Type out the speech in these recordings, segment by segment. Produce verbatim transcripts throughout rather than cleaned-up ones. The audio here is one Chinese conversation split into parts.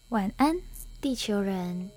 晚安，地球人。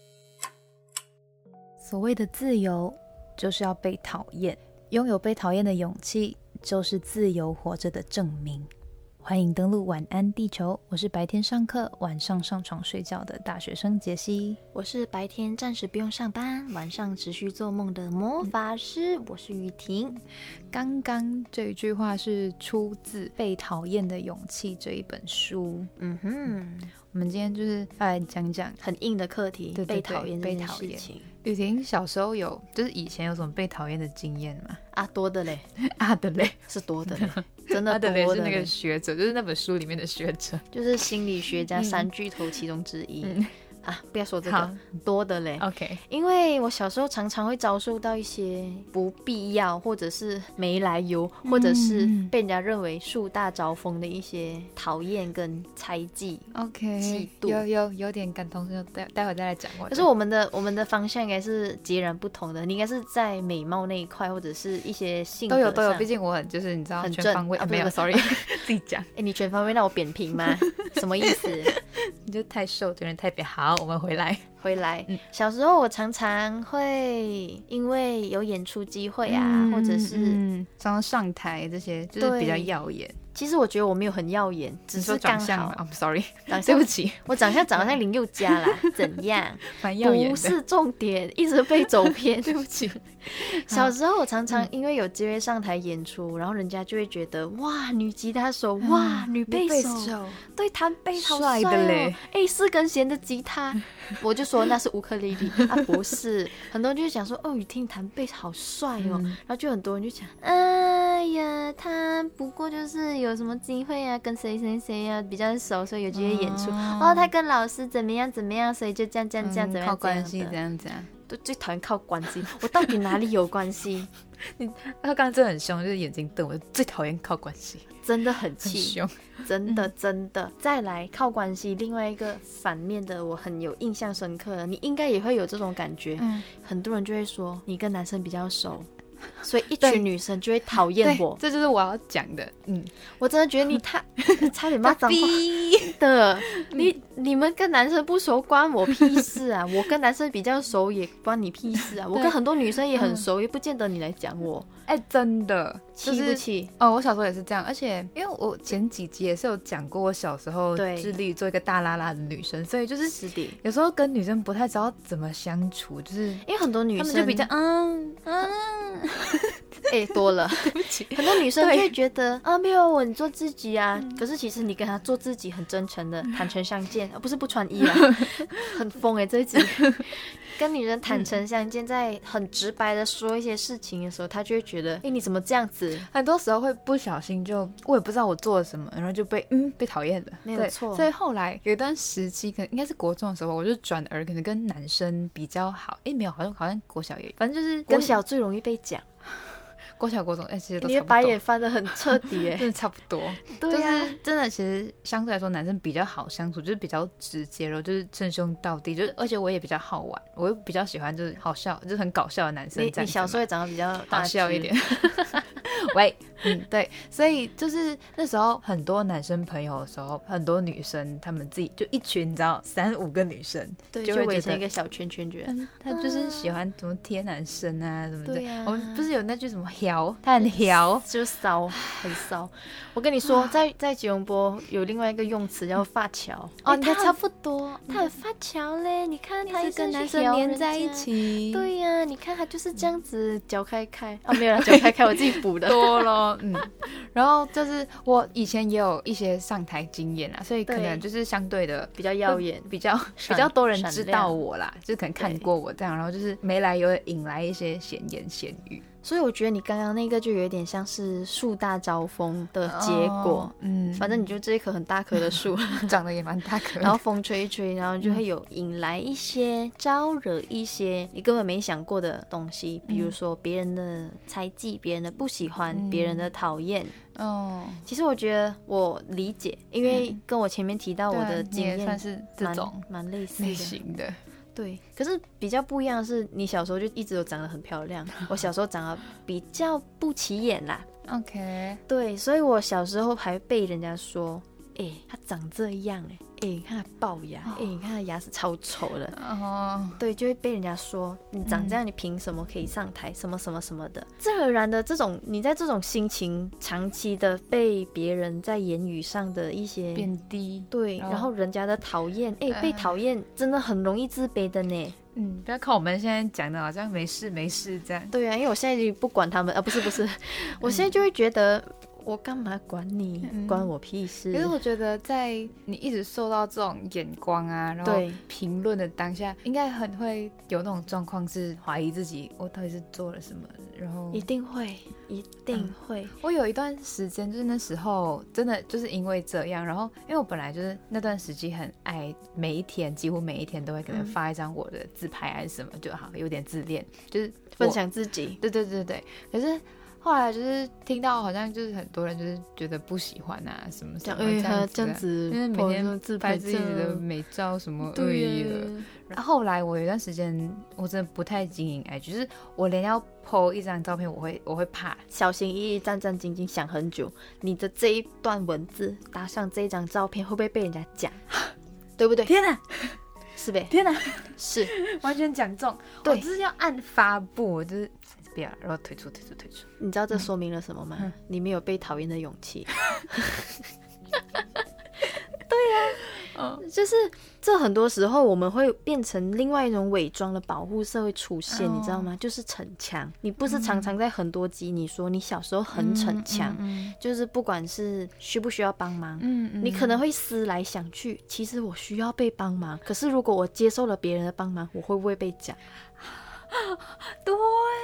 所谓的自由，就是要被讨厌。拥有被讨厌的勇气，就是自由活着的证明。欢迎登录晚安地球，我是白天上课晚上上床睡觉的大学生杰西。 我是白天暂时不用上班晚上持续做梦的魔法师、嗯、我是雨婷。 刚刚这一句话是出自《被讨厌的勇气》这一本书。嗯哼，我们今天就是要来讲讲很硬的课题，对对对，被讨厌这件事情。 雨婷小时候有就是以前有什么被讨厌的经验吗？ 啊，多的嘞。 啊的嘞是多的嘞，真的多的嘞。 啊的嘞是那个学者，就是那本书里面的学者， 就是心理学家三巨头其中之一。嗯啊，不要说这个多的嘞 OK， 因为我小时候常常会遭受到一些不必要或者是没来由、嗯、或者是被人家认为树大招风的一些讨厌跟猜忌 OK 嫉妒， 有有有点感同身受，待待会再来讲。 可是我们的我们的方向应该是截然不同的，你应该是在美貌那一块或者是一些性格上都有都有，毕竟我很就是你知道很全方位、啊、没有 sorry 自己讲。 哎，你全方位让我扁平吗？什么意思？ 你就太瘦，有点太扁。好，我们回来回来、嗯、小时候我常常会因为有演出机会啊、嗯、或者是嗯常常上台，这些就是比较耀眼。 其实我觉得我没有很耀眼，只是刚好。 I'm sorry， 对不起， 我长相长得像林宥嘉啦，怎样？ 蛮耀眼的， 不是重点，一直被走偏。 对不起。 小时候我常常因为有机会上台演出，嗯、然后人家就会觉得哇，女吉他手，嗯、哇，女贝手，对，弹贝好帅的嘞，哎，四根弦的吉他，我就说那是乌克丽丽啊，不是。很多人就会讲说，哦，雨婷弹贝好帅哦、嗯，然后就很多人就讲，哎呀，他不过就是有什么机会啊，跟谁谁谁啊比较熟，所以有机会演出。哦，哦他跟老师怎么样怎么样，所以就这样这样这样、嗯、怎么样， 靠关系这样这样。 对，最讨厌靠关系。我到底哪里有关系？ 你他刚刚真的很凶，就是眼睛瞪我，最讨厌靠关系， 真的很气， 很凶， 真的真的。再来靠关系，另外一个反面的我很有印象深刻的，你应该也会有这种感觉。嗯，很多人就会说你跟男生比较熟。所以一群女生就会讨厌我， 这就是我要讲的。嗯， 我真的觉得你太差点骂脏话的。你你们跟男生不熟关我屁事啊！我跟男生比较熟也关你屁事啊！我跟很多女生也很熟，也不见得你来讲我。 哎、欸，真的气不气？ 哦，我小时候也是这样，而且因为我前几集也是有讲过，我小时候致力做一个大拉拉的女生，所以就是有时候跟女生不太知道怎么相处，就是因为很多女生她们就比较嗯嗯。 哎、欸，多了， 对不起。 很多女生就会觉得啊，没有我，你做自己啊、嗯。可是其实你跟她做自己，很真诚的、坦诚相见，而、啊、不是不穿衣啦，很疯哎、欸，这一集。跟女人坦诚相见，在很直白的说一些事情的时候，她就会觉得，哎、欸，你怎么这样子？ 很多时候会不小心就，我也不知道我做了什么，然后就被嗯被讨厌了， 没有错。 所以后来有一段时期，可能应该是国中的时候，我就转而可能跟男生比较好。哎、欸，没有，好像好像国小也有，反正就是国小最容易被讲。 国小国中哎、欸，其实都差不多。 你的白眼翻得很彻底哎， 真的差不多。 对啊， 就是真的，其实相对来说男生比较好相处，就是比较直接，然后就是称兄道弟，就是而且我也比较好玩，我又比较喜欢就是好笑，就是很搞笑的男生。 你你小时候也长得比较好笑一点。喂，嗯，对，所以就是那时候很多男生朋友的时候，很多女生他们自己就一群，你知道，三五个女生， 对， 就会围成一个小圈圈，觉得、 嗯、他就是喜欢什么贴男生啊什么的。 对啊， 我们不是有那句什么撩，他很撩， 就骚，很骚。我跟你说，在在吉隆坡有另外一个用词叫发桥。 哦，你差不多， 他很发桥嘞，你看他是跟男生黏在一起。 对呀、啊，你看他就是这样子，脚开开啊，没有啦，脚开开，我自己补的。 多了，嗯，然后就是我以前也有一些上台经验啦，所以可能就是相对的比较耀眼， 比较比较多人知道我啦，就可能看过我这样，然后就是没来由引来一些闲言闲语。 所以我觉得你刚刚那个就有点像是树大招风的结果，哦、嗯，反正你就这一棵很大棵的树， 长得也蛮大棵， 然后风吹一吹，然后就会有引来一些、嗯、招惹一些你根本没想过的东西，比如说别人的猜忌、别人的不喜欢、嗯、别人的讨厌。哦，其实我觉得我理解，因为跟我前面提到我的经验， 也算是这种蛮类似的类型的。 对，可是比较不一样的是，你小时候就一直都长得很漂亮，我小时候长得比较不起眼啦。 OK， 对，所以我小时候还被人家说哎、欸，他长这样哎、欸，哎、欸，你看他龅牙，哎、哦欸，你看他牙齿超丑的，哦，对，就会被人家说你长这样，你凭什么可以上台，嗯、什么什么什么的，自然而然的这种，你在这种心情长期的被别人在言语上的一些贬低， 对，然后人家的讨厌，哎、欸，被讨厌真的很容易自卑的呢。 嗯，不要看我们现在讲的好像没事没事这样。 对啊，因为我现在就不管他们啊，不是不是，我现在就会觉得。我干嘛管你、嗯、关我屁事。 可是我觉得在你一直受到这种眼光啊然后评论的当下应该很会有那种状况是怀疑自己我到底是做了什么，然后一定会一定会、嗯、 我有一段时间就是那时候真的就是因为这样，然后因为我本来就是那段时期很爱每一天几乎每一天都会可能发一张我的自拍还是什么、嗯、就好有点自恋，就是分享自己， 对对对对，可是后来就是听到好像就是很多人就是觉得不喜欢啊什么什么这样子、啊、 这样子， 因为每天自拍自己的美照什么而已了。然后后来我有一段时间我真的不太经营 I G， 就是我连要 po 一张照片我会我会怕， 小心翼翼战战兢兢想很久，你的这一段文字搭上这一张照片会不会被人家讲对不对？ 天哪， 是呗？ 天哪， 是完全讲中。对，我就是要按发布，我就是不要，然后退出退出退出。 你知道这说明了什么吗？嗯、你没有被讨厌的勇气。对呀、啊嗯，就是这很多时候我们会变成另外一种伪装的保护色会出现、哦、你知道吗？就是逞强。你不是常常在很多集你说你小时候很逞强、嗯嗯嗯、就是不管是需不需要帮忙、嗯嗯、你可能会思来想去，其实我需要被帮忙，可是如果我接受了别人的帮忙，我会不会被讲？ 对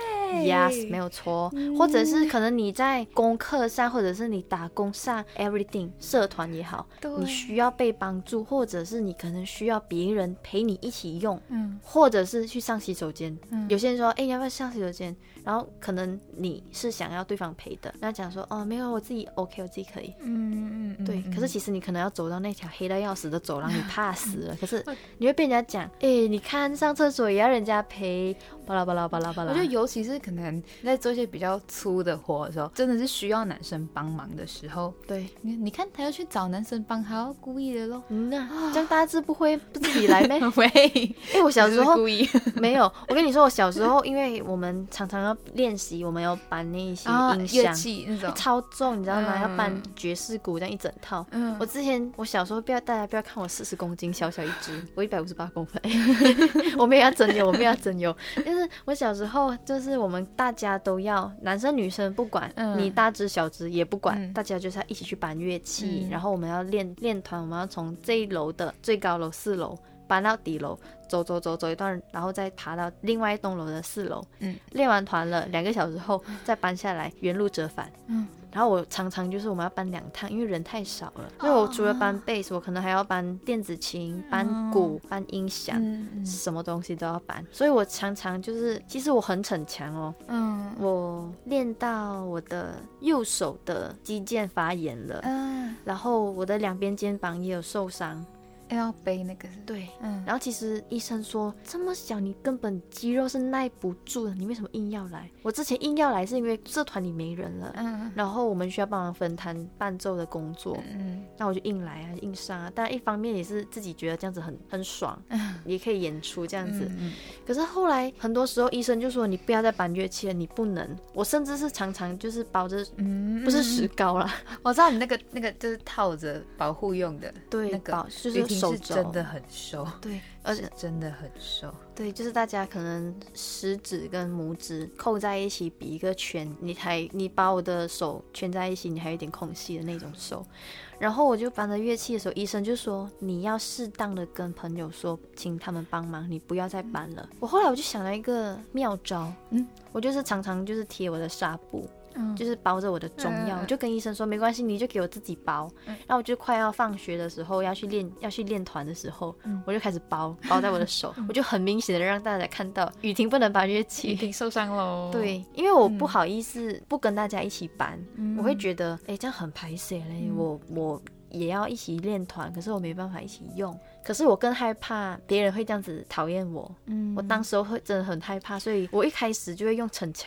Yes 没有错、嗯、或者是可能你在功课上或者是你打工上 everything 社团也好，你需要被帮助，或者是你可能需要别人陪你一起用、嗯、或者是去上洗手间、嗯、有些人说哎、欸，你要不要上洗手间，然后可能你是想要对方陪的，然后讲说哦没有我自己 OK 我自己可以，嗯嗯对、嗯、可是其实你可能要走到那条黑到要死的走廊你怕死了可是你会被人家讲哎、欸，你看上厕所也要人家陪，巴拉巴拉巴拉巴拉。 我觉得尤其是可能在做一些比较粗的活的时候，真的是需要男生帮忙的时候， 对， 你你看他要去找男生帮，他要故意的咯。 嗯啊，这样大字不会不自己来咩？ 喂， 哎、欸，我小时候故意没有。我跟你说，我小时候因为我们常常要练习，我们要搬那些音响、 乐器那种、 欸、超重，你知道吗？嗯、要搬爵士鼓这样一整套。嗯，我之前我小时候不要大家不要看我四十公斤，小小一只，我一百五十八公分，我没有要整油，我没有要整油，但是我小时候就是我们大家都要，男生女生不管，嗯、你大只小只也不管、嗯，大家就是要一起去搬乐器，嗯、然后我们要练练团，我们要从这一楼的最高楼四楼搬到底楼，走走走走一段，然后再爬到另外一栋楼的四楼。嗯，练完团了两个小时后再搬下来，原路折返。嗯。然后我常常就是我们要搬两趟，因为人太少了，所以我除了搬贝斯，我可能还要搬电子琴、搬鼓、搬音响、嗯，什么东西都要搬。所以我常常就是，其实我很逞强哦。嗯，我练到我的右手的肌腱发炎了，嗯，然后我的两边肩膀也有受伤。 要背那个对、嗯，然后其实医生说这么小你根本肌肉是耐不住的，你为什么硬要来？我之前硬要来是因为社团里没人了，嗯，然后我们需要帮忙分摊伴奏的工作，嗯，那我就硬来啊，硬上啊。当然一方面也是自己觉得这样子很很爽，嗯，也可以演出这样子，嗯嗯。可是后来很多时候医生就说你不要再搬乐器了，你不能。我甚至是常常就是包着，嗯，不是石膏啦， 我知道你那个那个就是套着保护用的， 对，那个就是。 是真的很瘦， 对，而且真的很瘦， 对，就是大家可能食指跟拇指扣在一起比一个圈，你还你把我的手圈在一起，你还有点空隙的那种瘦。然后我就搬着乐器的时候，医生就说你要适当的跟朋友说，请他们帮忙，你不要再搬了。我后来我就想了一个妙招，嗯，我就是常常就是贴我的纱布。嗯、就是包着我的中药、嗯、我就跟医生说没关系，你就给我自己包、嗯、然后我就快要放学的时候要去练要去练团的时候、嗯、我就开始包包在我的手、嗯、我就很明显的让大家看到雨婷不能搬乐器， 雨婷受伤咯。 对，因为我不好意思不跟大家一起搬、嗯、我会觉得哎、欸、这样很排泄嘞、嗯、我我也要一起练团，可是我没办法一起用，可是我更害怕别人会这样子讨厌我、嗯、我当时候会真的很害怕，所以我一开始就会用逞强，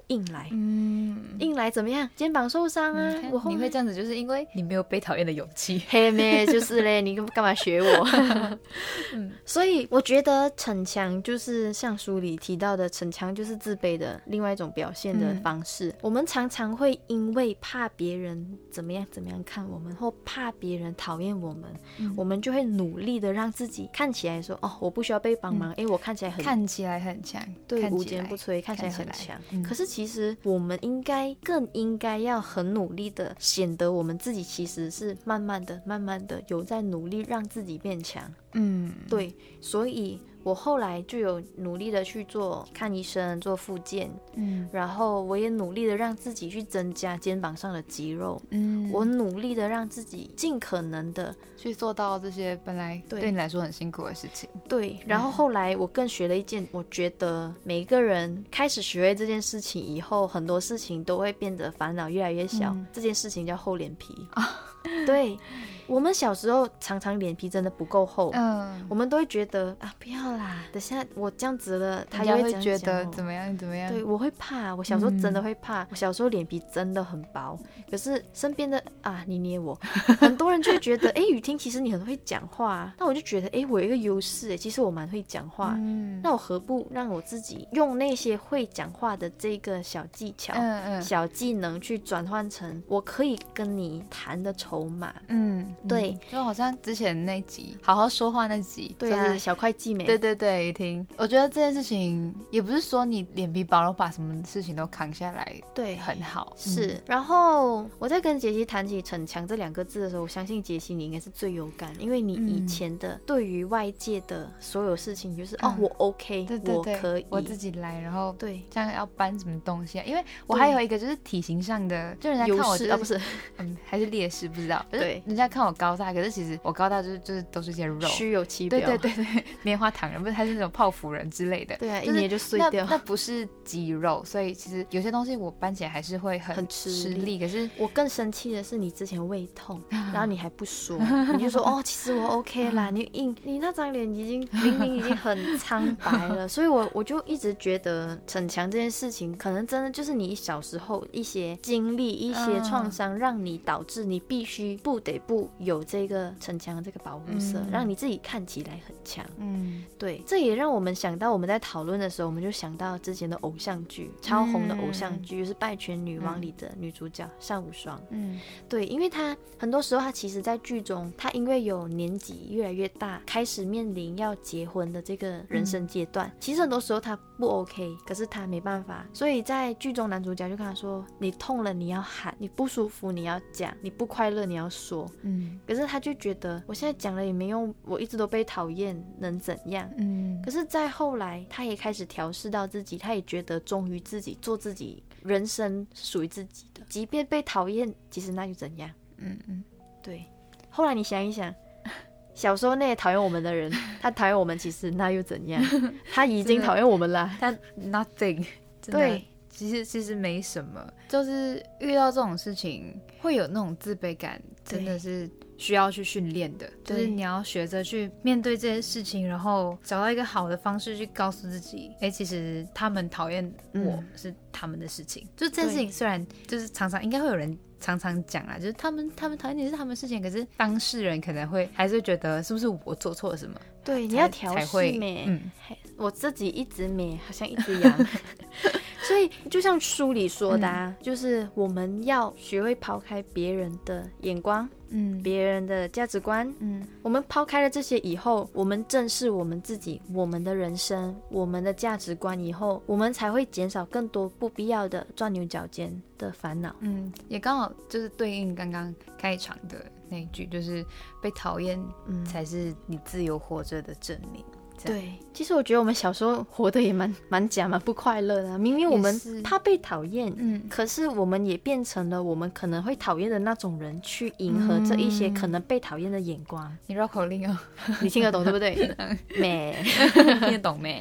硬来，嗯，硬来怎么样？肩膀受伤啊！ 嗯、 我后你会这样子，就是因为你没有被讨厌的勇气。 嘿咩，就是嘞，你干嘛学我？嗯，所以我觉得逞强就是像书里提到的，逞强就是自卑的另外一种表现的方式。嗯、我们常常会因为怕别人怎么样怎么样看我们，或怕别人讨厌我们，嗯、我们就会努力的让自己看起来说，哦，我不需要被帮忙，哎、嗯，我看起来很看起来很强， 对，无坚不摧，看起来很强。嗯、可是其实我们应该更应该要很努力的，显得我们自己其实是慢慢的、慢慢的有在努力让自己变强。嗯，对，所以我后来就有努力的去做看医生，做复健，嗯，然后我也努力的让自己去增加肩膀上的肌肉，嗯，我努力的让自己尽可能的去做到这些本来对你来说很辛苦的事情。 对，然后后来我更学了一件，我觉得每一个人开始学会这件事情以后，很多事情都会变得烦恼越来越小。嗯、这件事情叫厚脸皮啊，对。我们小时候常常脸皮真的不够厚，嗯，我们都会觉得啊，不要啦，等下我这样子了，他也会觉得怎么样怎么样。 对，我会怕，我小时候真的会怕，嗯、我小时候脸皮真的很薄。可是身边的啊，你捏我，很多人就会觉得，哎，雨婷其实你很会讲话、啊，那我就觉得，哎，我有一个优势，哎，其实我蛮会讲话，嗯，那我何不让我自己用那些会讲话的这个小技巧、嗯嗯、小技能去转换成我可以跟你谈的筹码，嗯。对、嗯， 就好像之前那集好好说话那集， 对啊，就是小会计美， 对对对，雨婷，我觉得这件事情也不是说你脸皮薄然后把什么事情都扛下来， 对， 很好， 是。嗯、然后我在跟杰西谈起逞强这两个字的时候，我相信杰西你应该是最有感，因为你以前的对于外界的所有事情就是、嗯、哦，我 OK， 对对对， 我可以， 我自己来，然后对， 这样要搬什么东西啊？因为我还有一个就是体型上的，就人家看我、就是、 啊不是， 嗯，还是劣势，不知道， 对， 人家看我高大，可是其实我高大就是就是都是些肉， 虚有其表， 对对对对，棉花糖人，不是，他是那种泡芙人之类的， 对啊， 就是、 一捏就碎掉， 那, 那不是肌肉，所以其实有些东西我搬起来还是会很很吃 力, 吃力。可是我更生气的是你之前胃痛，然后你还不说，你就说哦，其实我 OK 啦，你硬你那张脸已经明明已经很苍白了，所以我我就一直觉得逞强这件事情，可能真的就是你小时候一些经历、一些创伤，让你导致你必须不得不有这个逞强的这个保护色，嗯、让你自己看起来很强。嗯，对，这也让我们想到我们在讨论的时候，我们就想到之前的偶像剧，超红的偶像剧，嗯、就是《拜权女王》里的女主角单无双。嗯，对，因为她很多时候她其实在剧中，她因为有年纪越来越大，开始面临要结婚的这个人生阶段，嗯、其实很多时候她不 OK， 可是她没办法，所以在剧中男主角就跟她说：“你痛了你要喊，你不舒服你要讲，你不快乐你要说。”嗯，可是她就觉得我现在讲了也没用，我一直都被讨厌，能怎样？嗯，可是再后来，她也开始调试到自己，她也觉得忠于自己，做自己，人生属于自己的，即便被讨厌，其实那又怎样？嗯嗯，对。后来你想一想，小时候那些讨厌我们的人，他讨厌我们，其实那又怎样？他已经讨厌我们了， 他 nothing， 对。 其实其实没什么，就是遇到这种事情会有那种自卑感，真的是需要去训练的，就是你要学着去面对这些事情，然后找到一个好的方式去告诉自己，哎，其实他们讨厌我是他们的事情，嗯、就这件事情虽然就是常常应该会有人常常讲啊，就是他们他们讨厌你是他们的事情，可是当事人可能会还是会觉得是不是我做错了什么？ 对，你要调试咩？嗯，我自己一直咩，好像一只羊。所以就像书里说的啊，嗯、就是我们要学会抛开别人的眼光，嗯，别人的价值观，嗯，我们抛开了这些以后，我们正视我们自己，我们的人生，我们的价值观以后，我们才会减少更多不必要的钻牛角尖的烦恼。 嗯，也刚好就是对应刚刚开场的那一句，就是被讨厌才是你自由活着的证明。 对，其实我觉得我们小时候活得也蛮蛮假蛮不快乐的、啊，明明我们怕被讨厌，嗯，可是我们也变成了我们可能会讨厌的那种人，去迎合这一些可能被讨厌的眼光。 你绕口令哦， 你听得懂对不对？没听得懂没？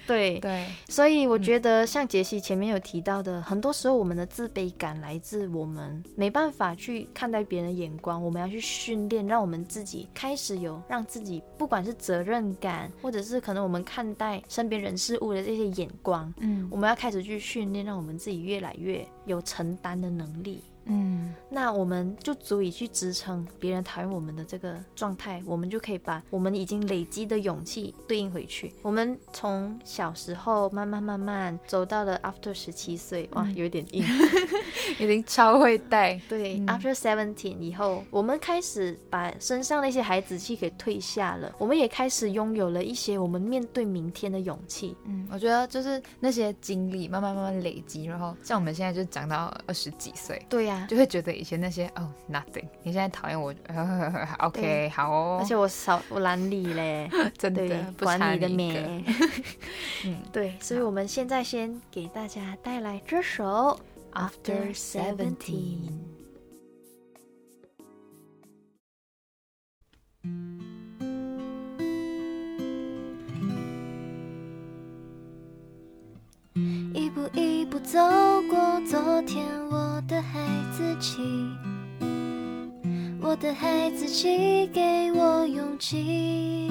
对对， 所以我觉得像杰西前面有提到的、嗯、很多时候我们的自卑感来自我们没办法去看待别人的眼光，我们要去训练让我们自己开始有让自己不管是责任感，或者是可能我们看待身边人事物的这些眼光，嗯，我们要开始去训练，让我们自己越来越有承担的能力。嗯，那我们就足以去支撑别人讨厌我们的这个状态，我们就可以把我们已经累积的勇气对应回去。我们从小时候慢慢慢慢走到了 after 十七岁，哇，有点硬， 已经超会带。 对、嗯、after seventeen 以后，我们开始把身上那些孩子气给退下了，我们也开始拥有了一些我们面对明天的勇气。 嗯，我觉得就是那些经历慢慢慢慢累积，然后像我们现在就长到二十几岁， 对呀、啊。 就会觉得以前那些哦 nothing， 你现在讨厌我呵呵呵 OK 好哦， 而且我少我懒理嘞真的不管你的美嗯，对，所以我们现在先给大家带来这首 After seventeen。一步一步走过昨天，我的孩子气，我的孩子气给我勇气。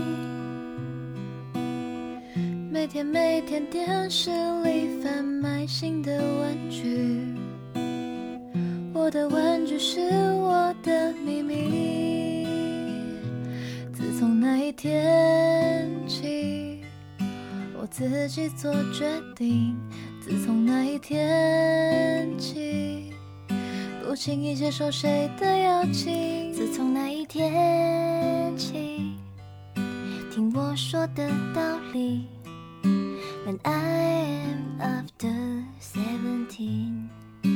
每天每天电视里贩卖新的玩具，我的玩具是我的秘密。自从那一天起，我自己做决定，自从那一天起，不轻易接受谁的邀请。自从那一天起，听我说的道理。When I am after seventeen,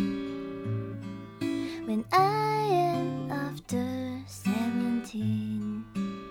When I am after seventeen。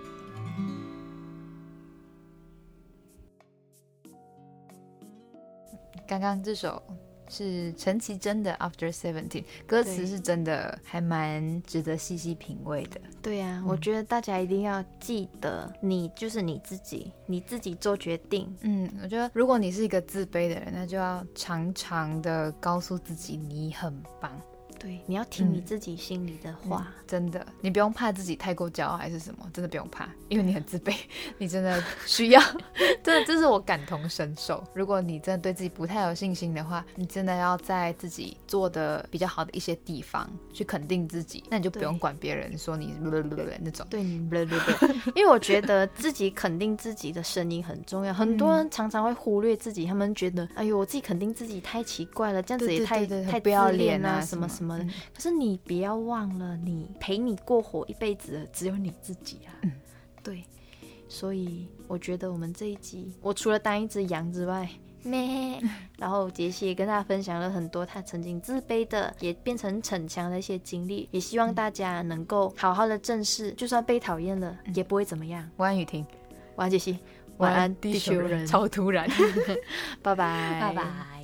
刚刚这首是陈绮贞的 After seventeen， 歌词是真的还蛮值得细细品味的。 对呀、啊嗯，我觉得大家一定要记得，你就是你自己，你自己做决定。 嗯，我觉得如果你是一个自卑的人，那就要常常的告诉自己你很棒。 对，你要听你自己心里的话、 嗯、真的，你不用怕自己太过骄傲还是什么，真的不用怕，因为你很自卑，你真的需要真的，这是我感同身受。如果你真的对自己不太有信心的话，你真的要在自己做的比较好的一些地方去肯定自己，那你就不用管别人说你那种。 对，你因为我觉得自己肯定自己的声音很重要。很多人常常会忽略自己，他们觉得哎呦我自己肯定自己太奇怪了，这样子也太对对对对太不要脸啊什么什么的、 嗯、 可是你不要忘了，你陪你过活一辈子的只有你自己啊、嗯、对，所以我觉得我们这一集，我除了当一只羊之外咩，然后杰西也跟大家分享了很多他曾经自卑的也变成逞强的一些经历，也希望大家能够好好的正视，就算被讨厌了、嗯、也不会怎么样。 晚安雨婷， 晚安杰西，晚安地球人， 超突然拜拜拜拜。